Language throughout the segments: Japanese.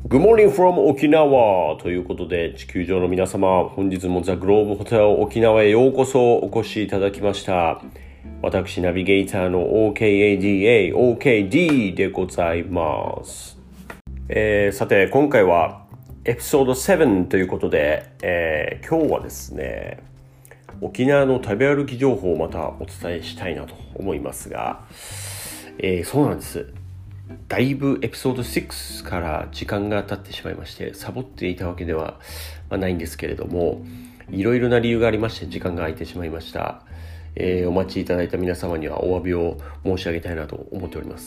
Good morning from 沖縄ということで、地球上の皆様、本日もザ・グローブホテル沖縄へようこそお越しいただきました。私、ナビゲーターの OKADA、OKD でございます。さて、今回はエピソード7ということで、今日はですね、沖縄の食べ歩き情報をまたお伝えしたいなと思いますが、そうなんです。だいぶエピソード6から時間が経ってしまいまして、サボっていたわけではないんですけれども、いろいろな理由がありまして時間が空いてしまいました。お待ちいただいた皆様にはお詫びを申し上げたいなと思っております。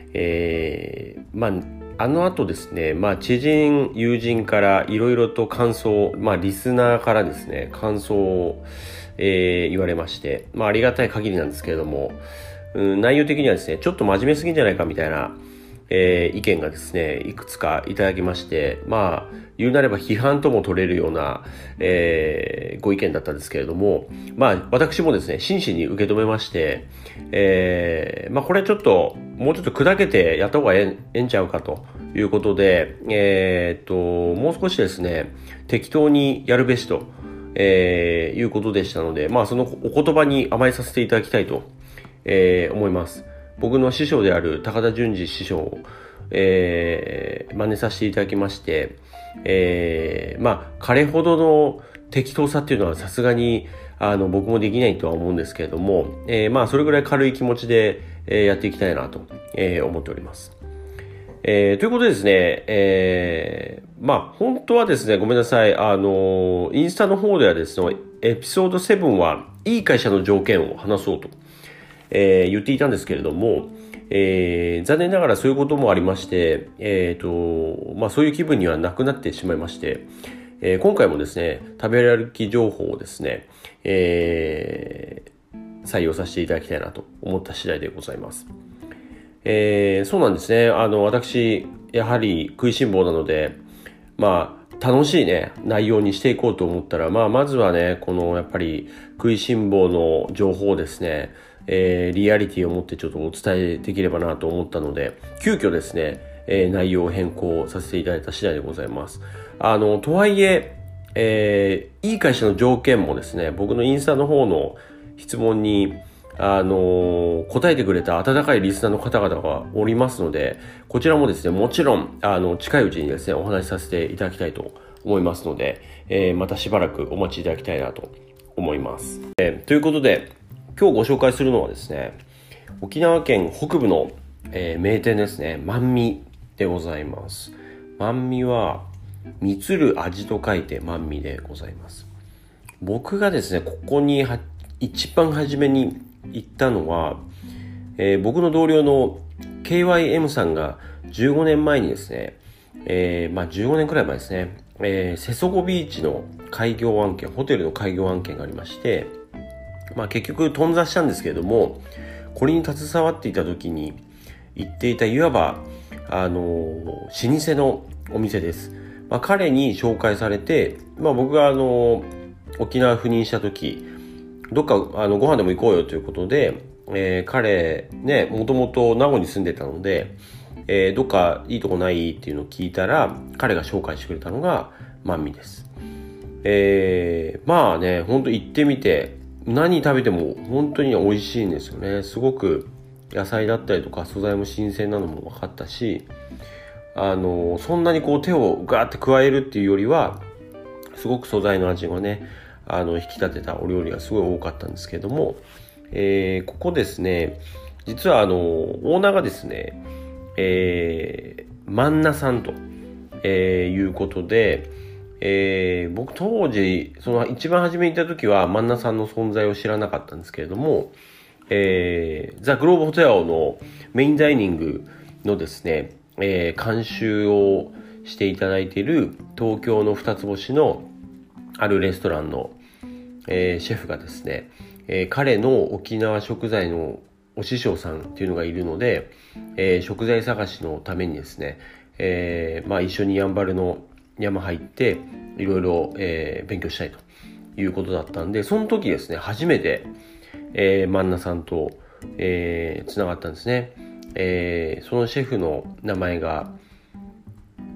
あの後ですね、知人、友人からいろいろと感想、リスナーからですね、感想を、言われまして、ありがたい限りなんですけれども、内容的にはですね、ちょっと真面目すぎんじゃないかみたいな、意見がですね、いくつかいただきまして、言うなれば批判とも取れるような、ご意見だったんですけれども、私もですね、真摯に受け止めまして、これちょっと、もうちょっと砕けてやった方がええんちゃうかということで、もう少しですね、適当にやるべしと、いうことでしたので、そのお言葉に甘えさせていただきたいと、思います。僕の師匠である高田純次師匠を、真似させていただきまして、彼ほどの適当さっていうのはさすがに僕もできないとは思うんですけれども、それぐらい軽い気持ちで、やっていきたいなと、思っております。ということでですね、本当はですね、ごめんなさい、インスタの方ではですね、エピソード7はいい会社の条件を話そうと、言っていたんですけれども、残念ながらそういうこともありまして、そういう気分にはなくなってしまいまして、今回もですね、食べ歩き情報をですね、採用させていただきたいなと思った次第でございます。そうなんですね。私、やはり食いしん坊なので、楽しいね、内容にしていこうと思ったら、まずはね、このやっぱり食いしん坊の情報をですね、リアリティを持ってちょっとお伝えできればなと思ったので、急遽ですね、内容を変更させていただいた次第でございます。とはいえ、いい会社の条件もですね、僕のインスタの方の質問に答えてくれた温かいリスナーの方々がおりますので、こちらもですね、もちろん近いうちにですね、お話しさせていただきたいと思いますので、またしばらくお待ちいただきたいなと思います。ということで、今日ご紹介するのはですね、沖縄県北部の、名店ですね、満味でございます。満味は満る味と書いて満味でございます。僕がですね、ここに一番初めに行ったのは、僕の同僚の KYM さんが15年前にですね、15年くらい前ですね、瀬底ビーチの開業案件、ホテルの開業案件がありまして、結局頓挫したんですけれども、これに携わっていた時に行っていたいわば老舗のお店です。彼に紹介されて、僕が沖縄赴任した時、どっかご飯でも行こうよということで、彼ね、もともと名護に住んでたので、どっかいいとこないっていうのを聞いたら、彼が紹介してくれたのが満味です。本当行ってみて、何食べても本当に美味しいんですよね。すごく野菜だったりとか素材も新鮮なのも分かったし、そんなにこう手をガーって加えるっていうよりは、すごく素材の味がね、引き立てたお料理がすごい多かったんですけれども、ここですね、実はオーナーがですね、万名さんと、いうことで、僕当時その一番初めに行った時は万名さんの存在を知らなかったんですけれども、ザ・グローブホテルのメインダイニングのですね、監修をしていただいている東京の二つ星のあるレストランの、シェフがですね、彼の沖縄食材のお師匠さんっていうのがいるので、食材探しのためにですね、一緒にやんばるの山入っていろいろ勉強したいということだったんで、その時ですね、初めて、万名さんと、つながったんですね。そのシェフの名前が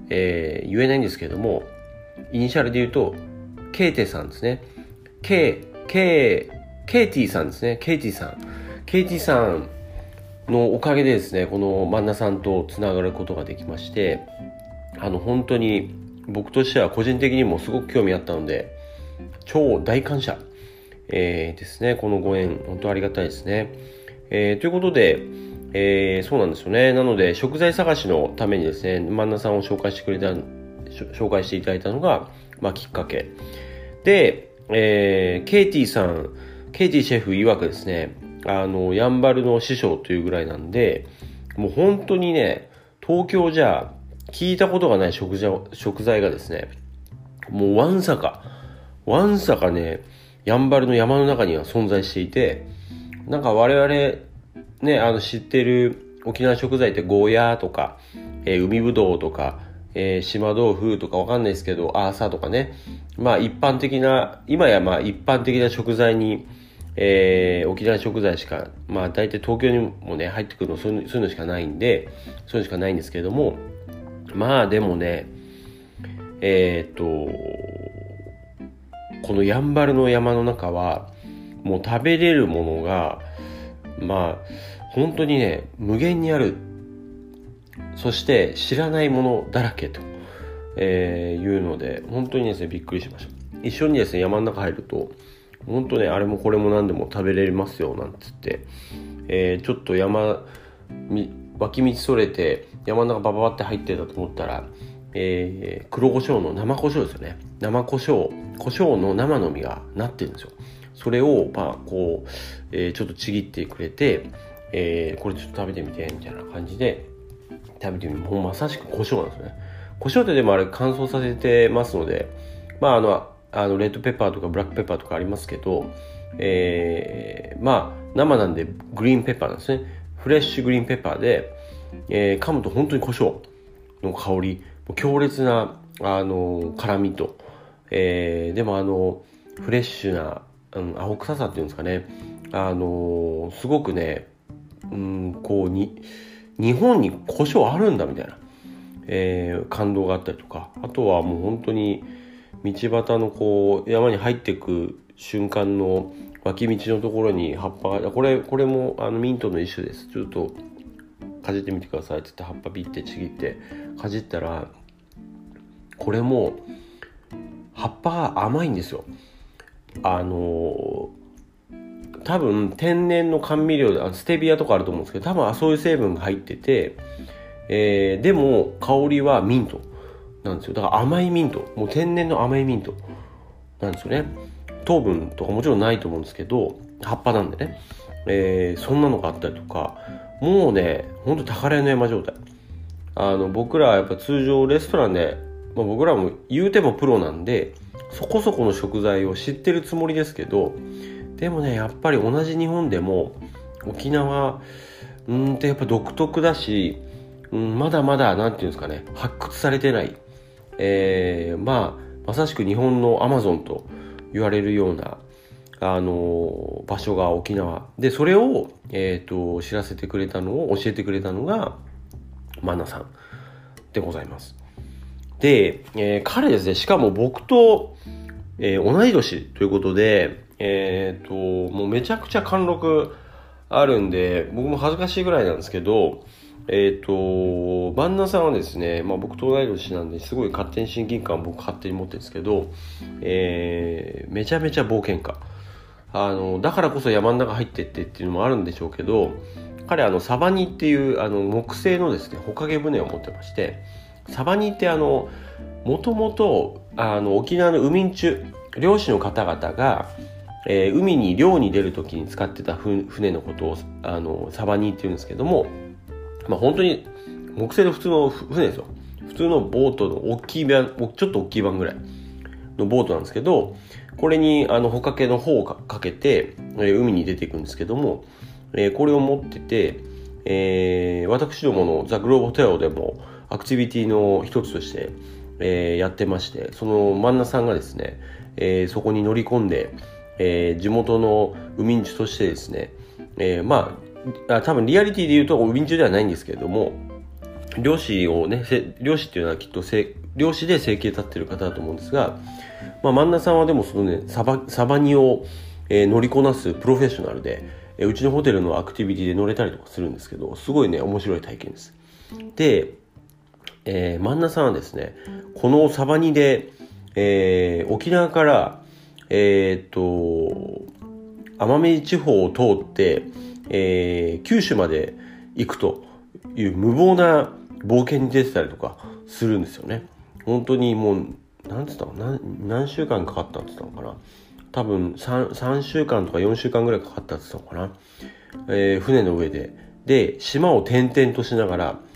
言えないんですけれども、イニシャルで言うと、ケーテさんですね。ケーティさんですね。ケーティさん。ケーティさんのおかげでですね、このマンナさんとつながることができまして、本当に僕としては個人的にもすごく興味あったので、超大感謝、ですね。このご縁、本当ありがたいですね。ということで、そうなんですよね。なので、食材探しのためにですね、マンナさんを紹介していただいたのが、きっかけ。で、ケイティシェフ曰くですね、やんばるの師匠というぐらいなんで、もう本当にね、東京じゃ聞いたことがない食材がですね、もうわんさかね、やんばるの山の中には存在していて、なんか我々ね、知ってる沖縄食材ってゴーヤーとか、海ぶどうとか、島豆腐とかわかんないですけど、アーサとかね、今や一般的な食材に、沖縄食材しか、大体東京にもね、入ってくるの、そういうのしかないんで、そういうのしかないんですけども、でもね、このやんばるの山の中は、もう食べれるものが、本当にね、無限にある。そして知らないものだらけと、いうので、本当にですね、びっくりしました。一緒にですね、山の中入ると、本当ね、あれもこれも何でも食べれますよ、なんつって、ちょっと脇道それて、山の中バババって入ってたと思ったら、黒胡椒の生胡椒ですよね。生胡椒の生の実がなってるんですよ。それを、ちょっとちぎってくれて、これちょっと食べてみて、みたいな感じで、食べてみる。もうまさしく胡椒なんですよね。胡椒ってでもあれ乾燥させてますので、レッドペッパーとかブラックペッパーとかありますけど、生なんでグリーンペッパーなんですね。フレッシュグリーンペッパーで、噛むと本当に胡椒の香り、強烈な、辛みと、でもフレッシュな、青臭さっていうんですかね、すごくね、日本に胡椒あるんだみたいな、感動があったりとか、あとはもう本当に道端の山に入っていく瞬間の脇道のところに葉っぱが、これもミントの一種です、ちょっとかじってみてくださいって言って葉っぱピッてちぎってかじったら、これも葉っぱが甘いんですよ。多分天然の甘味料でステビアとかあると思うんですけど、多分そういう成分が入ってて、でも香りはミントなんですよ。だから甘いミント、もう天然の甘いミントなんですよね。糖分とかもちろんないと思うんですけど、葉っぱなんでね、そんなのがあったりとか、もうね、ほんと宝の山状態。僕らはやっぱ通常レストランで、僕らも言うてもプロなんで、そこそこの食材を知ってるつもりですけど、でもね、やっぱり同じ日本でも沖縄ってやっぱ独特だし、まだまだなんていうんですかね、発掘されてない、まさしく日本のアマゾンと言われるような場所が沖縄で、それを、教えてくれたのがマナさんでございます。で、彼ですね、しかも僕と、同い年ということで、もうめちゃくちゃ貫禄あるんで、僕も恥ずかしいぐらいなんですけど、バンナさんはですね、僕と同い年なんですごい勝手に親近感を僕勝手に持ってるんですけど、めちゃめちゃ冒険家。だからこそ山の中入ってっていうのもあるんでしょうけど、彼サバニっていう木製のですね、帆掛け船を持ってまして、サバニってもともと沖縄のウミンチュ漁師の方々が、海に漁に出る時に使ってた船のことをサバニっていうんですけども、本当に木製の普通の船ですよ。普通のボートの大きい版、ちょっと大きい版ぐらいのボートなんですけど、これに帆掛けの方をかけて、海に出ていくんですけども、これを持ってて、私どものザ・グローブホテルでもアクティビティの一つとして、やってまして、そのマンナさんがですね、そこに乗り込んで、地元のウミンチュとしてですね、多分リアリティで言うとウミンチュではないんですけれども、 漁師をね、漁師っていうのはきっと漁師で生計立ってる方だと思うんですが、萬田さんはでもそのね、サバニを、乗りこなすプロフェッショナルで、うちのホテルのアクティビティで乗れたりとかするんですけど、すごいね、面白い体験です。で、萬田さんはですね、このサバニで、沖縄から、奄美地方を通って、九州まで行くという無謀な冒険に出てたりとかするんですよね。本当にもう、なんつったの、何週間かかったって言ったのかな。多分 3週間とか4週間ぐらいかかったって言ったのかな。船の上で。で、島を転々としながら、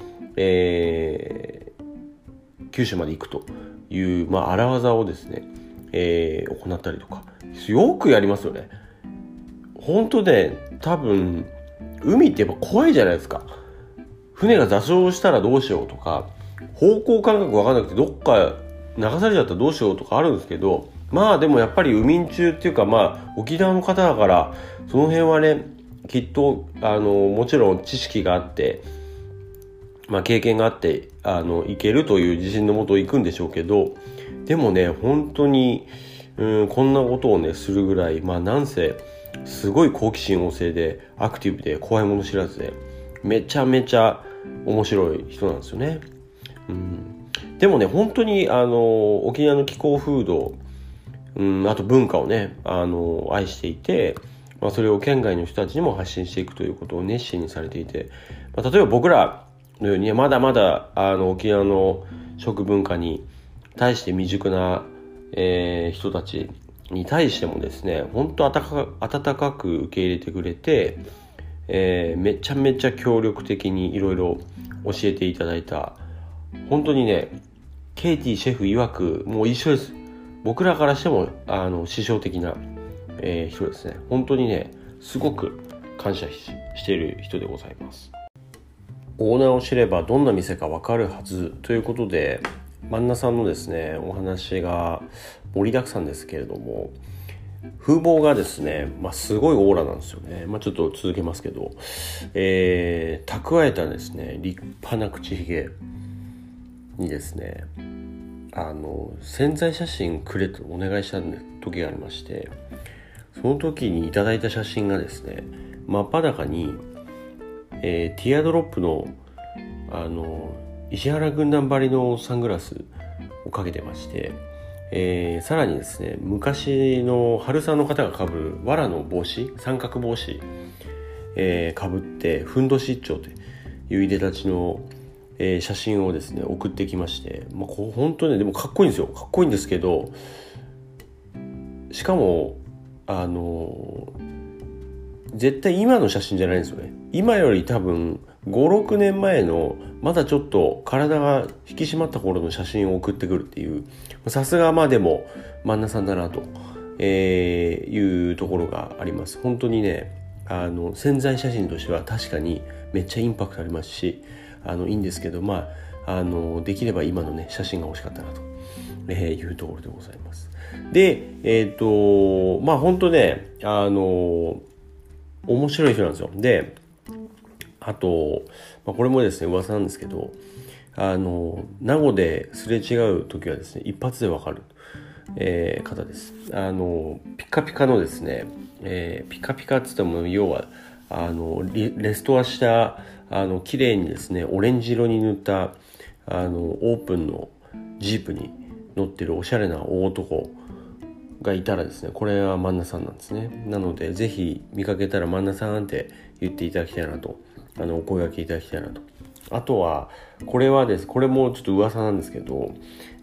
九州まで行くという、荒技をですね、行ったりとか。よくやりますよね。本当ね、多分、海ってやっぱ怖いじゃないですか。船が座礁したらどうしようとか、方向感覚わかんなくてどっか流されちゃったらどうしようとかあるんですけど、でもやっぱり海中っていうか沖縄の方だから、その辺はね、きっともちろん知識があって、経験があって行けるという自信のもと行くんでしょうけど、でもね、本当にこんなことをねするぐらい、なんせすごい好奇心旺盛でアクティブで怖いもの知らずで、めちゃめちゃ面白い人なんですよね。でもね、本当に沖縄の気候風土、あと文化をね愛していて、それを県外の人たちにも発信していくということを熱心にされていて、例えば僕らのようにまだまだ沖縄の食文化に対して未熟な、人たちに対してもですね、本当温かく受け入れてくれて、めちゃめちゃ協力的にいろいろ教えていただいた、本当にね、ケイティシェフ曰くもう一緒です。僕らからしても師匠的な、人ですね。本当にね、すごく感謝している人でございます。オーナーを知ればどんな店かわかるはずということで、萬田さんのですねお話が盛りだくさんですけれども、風貌がですね、すごいオーラなんですよね。ちょっと続けますけど、蓄えたですね立派な口ひげにですね、宣材写真くれとお願いした時がありまして、その時にいただいた写真がですね、真っ裸に、ティアドロップの石原軍団ばりのサングラスをかけてまして、さらにですね、昔の春さんの方が被る藁の帽子、三角帽子、被ってふんどし一丁といういでたちの、写真をですね送ってきまして、本当にね、でもかっこいいんですよ。かっこいいんですけど、しかも絶対今の写真じゃないんですよね。今より多分5、6年前のまだちょっと体が引き締まった頃の写真を送ってくるっていう、さすがでも萬田さんだなと、いうところがあります。本当にね、宣材写真としては確かにめっちゃインパクトありますし、いいんですけど、できれば今のね写真が欲しかったなと、いうところでございます。で、本当ね、面白い人なんですよ。で、あと、これもですね噂なんですけど、名護ですれ違う時はですね一発でわかる、方です。ピカピカのですね、ピカピカっつっても要はレストアした綺麗にですねオレンジ色に塗ったオープンのジープに乗ってるおしゃれな大男がいたらですね、これは萬田さんなんですね。なのでぜひ見かけたら萬田さんって言っていただきたいなと、お声掛けいただきたいなと。あとはこれもちょっと噂なんですけど、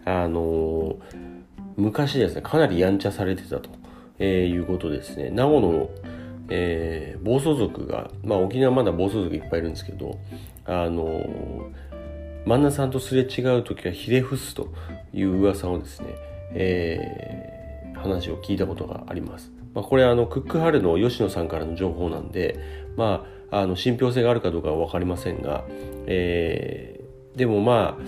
昔ですねかなりやんちゃされてたと、いうことですね。名護の、暴走族が、沖縄まだ暴走族いっぱいいるんですけど、萬田さんとすれ違う時はひれ伏すという噂をですね、話を聞いたことがあります。これクックハルの吉野さんからの情報なんで、信憑性があるかどうかは分かりませんが、でも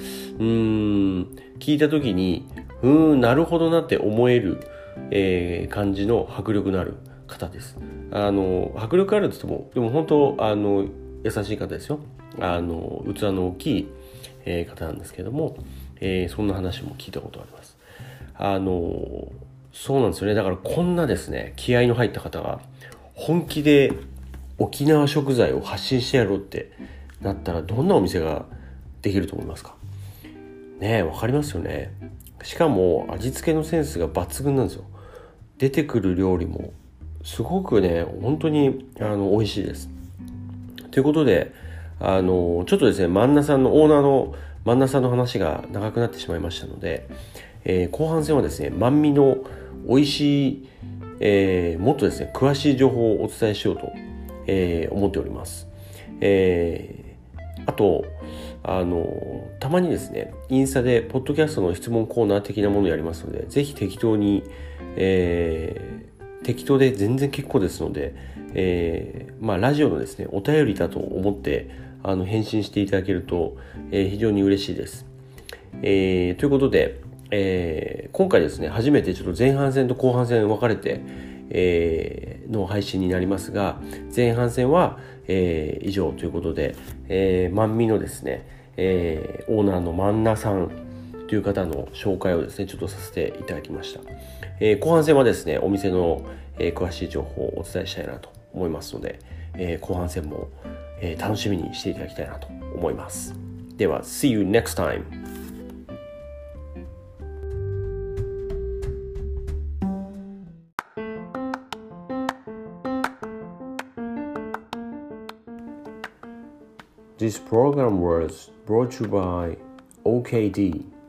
聞いた時になるほどなって思える、感じの迫力のある方です。迫力あるって言ってもでも本当優しい方ですよ。 器の大きい、方なんですけども、そんな話も聞いたことがあります。そうなんですよね。だからこんなですね、気合の入った方が本気で沖縄食材を発信してやろうってなったら、どんなお店ができると思いますかね。わかりますよね。しかも味付けのセンスが抜群なんですよ。出てくる料理もすごくね、本当に美味しいです。ということで、ちょっとですね、オーナーの万名さんの話が長くなってしまいましたので、後半戦はですね、万味の美味しい、もっとですね、詳しい情報をお伝えしようと、思っております。あと、たまにですね、インスタでポッドキャストの質問コーナー的なものをやりますので、ぜひ適当で全然結構ですので、ラジオのですね、お便りだと思って返信していただけると、非常に嬉しいです。ということで、今回ですね、初めてちょっと前半戦と後半戦分かれて、の配信になりますが、前半戦は、以上ということで、万味のですね、オーナーの万名さんという方の紹介をですね、ちょっとさせていただきました。後半戦はですね、お店の、詳しい情報をお伝えしたいなと思いますので、後半戦も、楽しみにしていただきたいなと思います。では、See you next time! This program was brought to you by OKD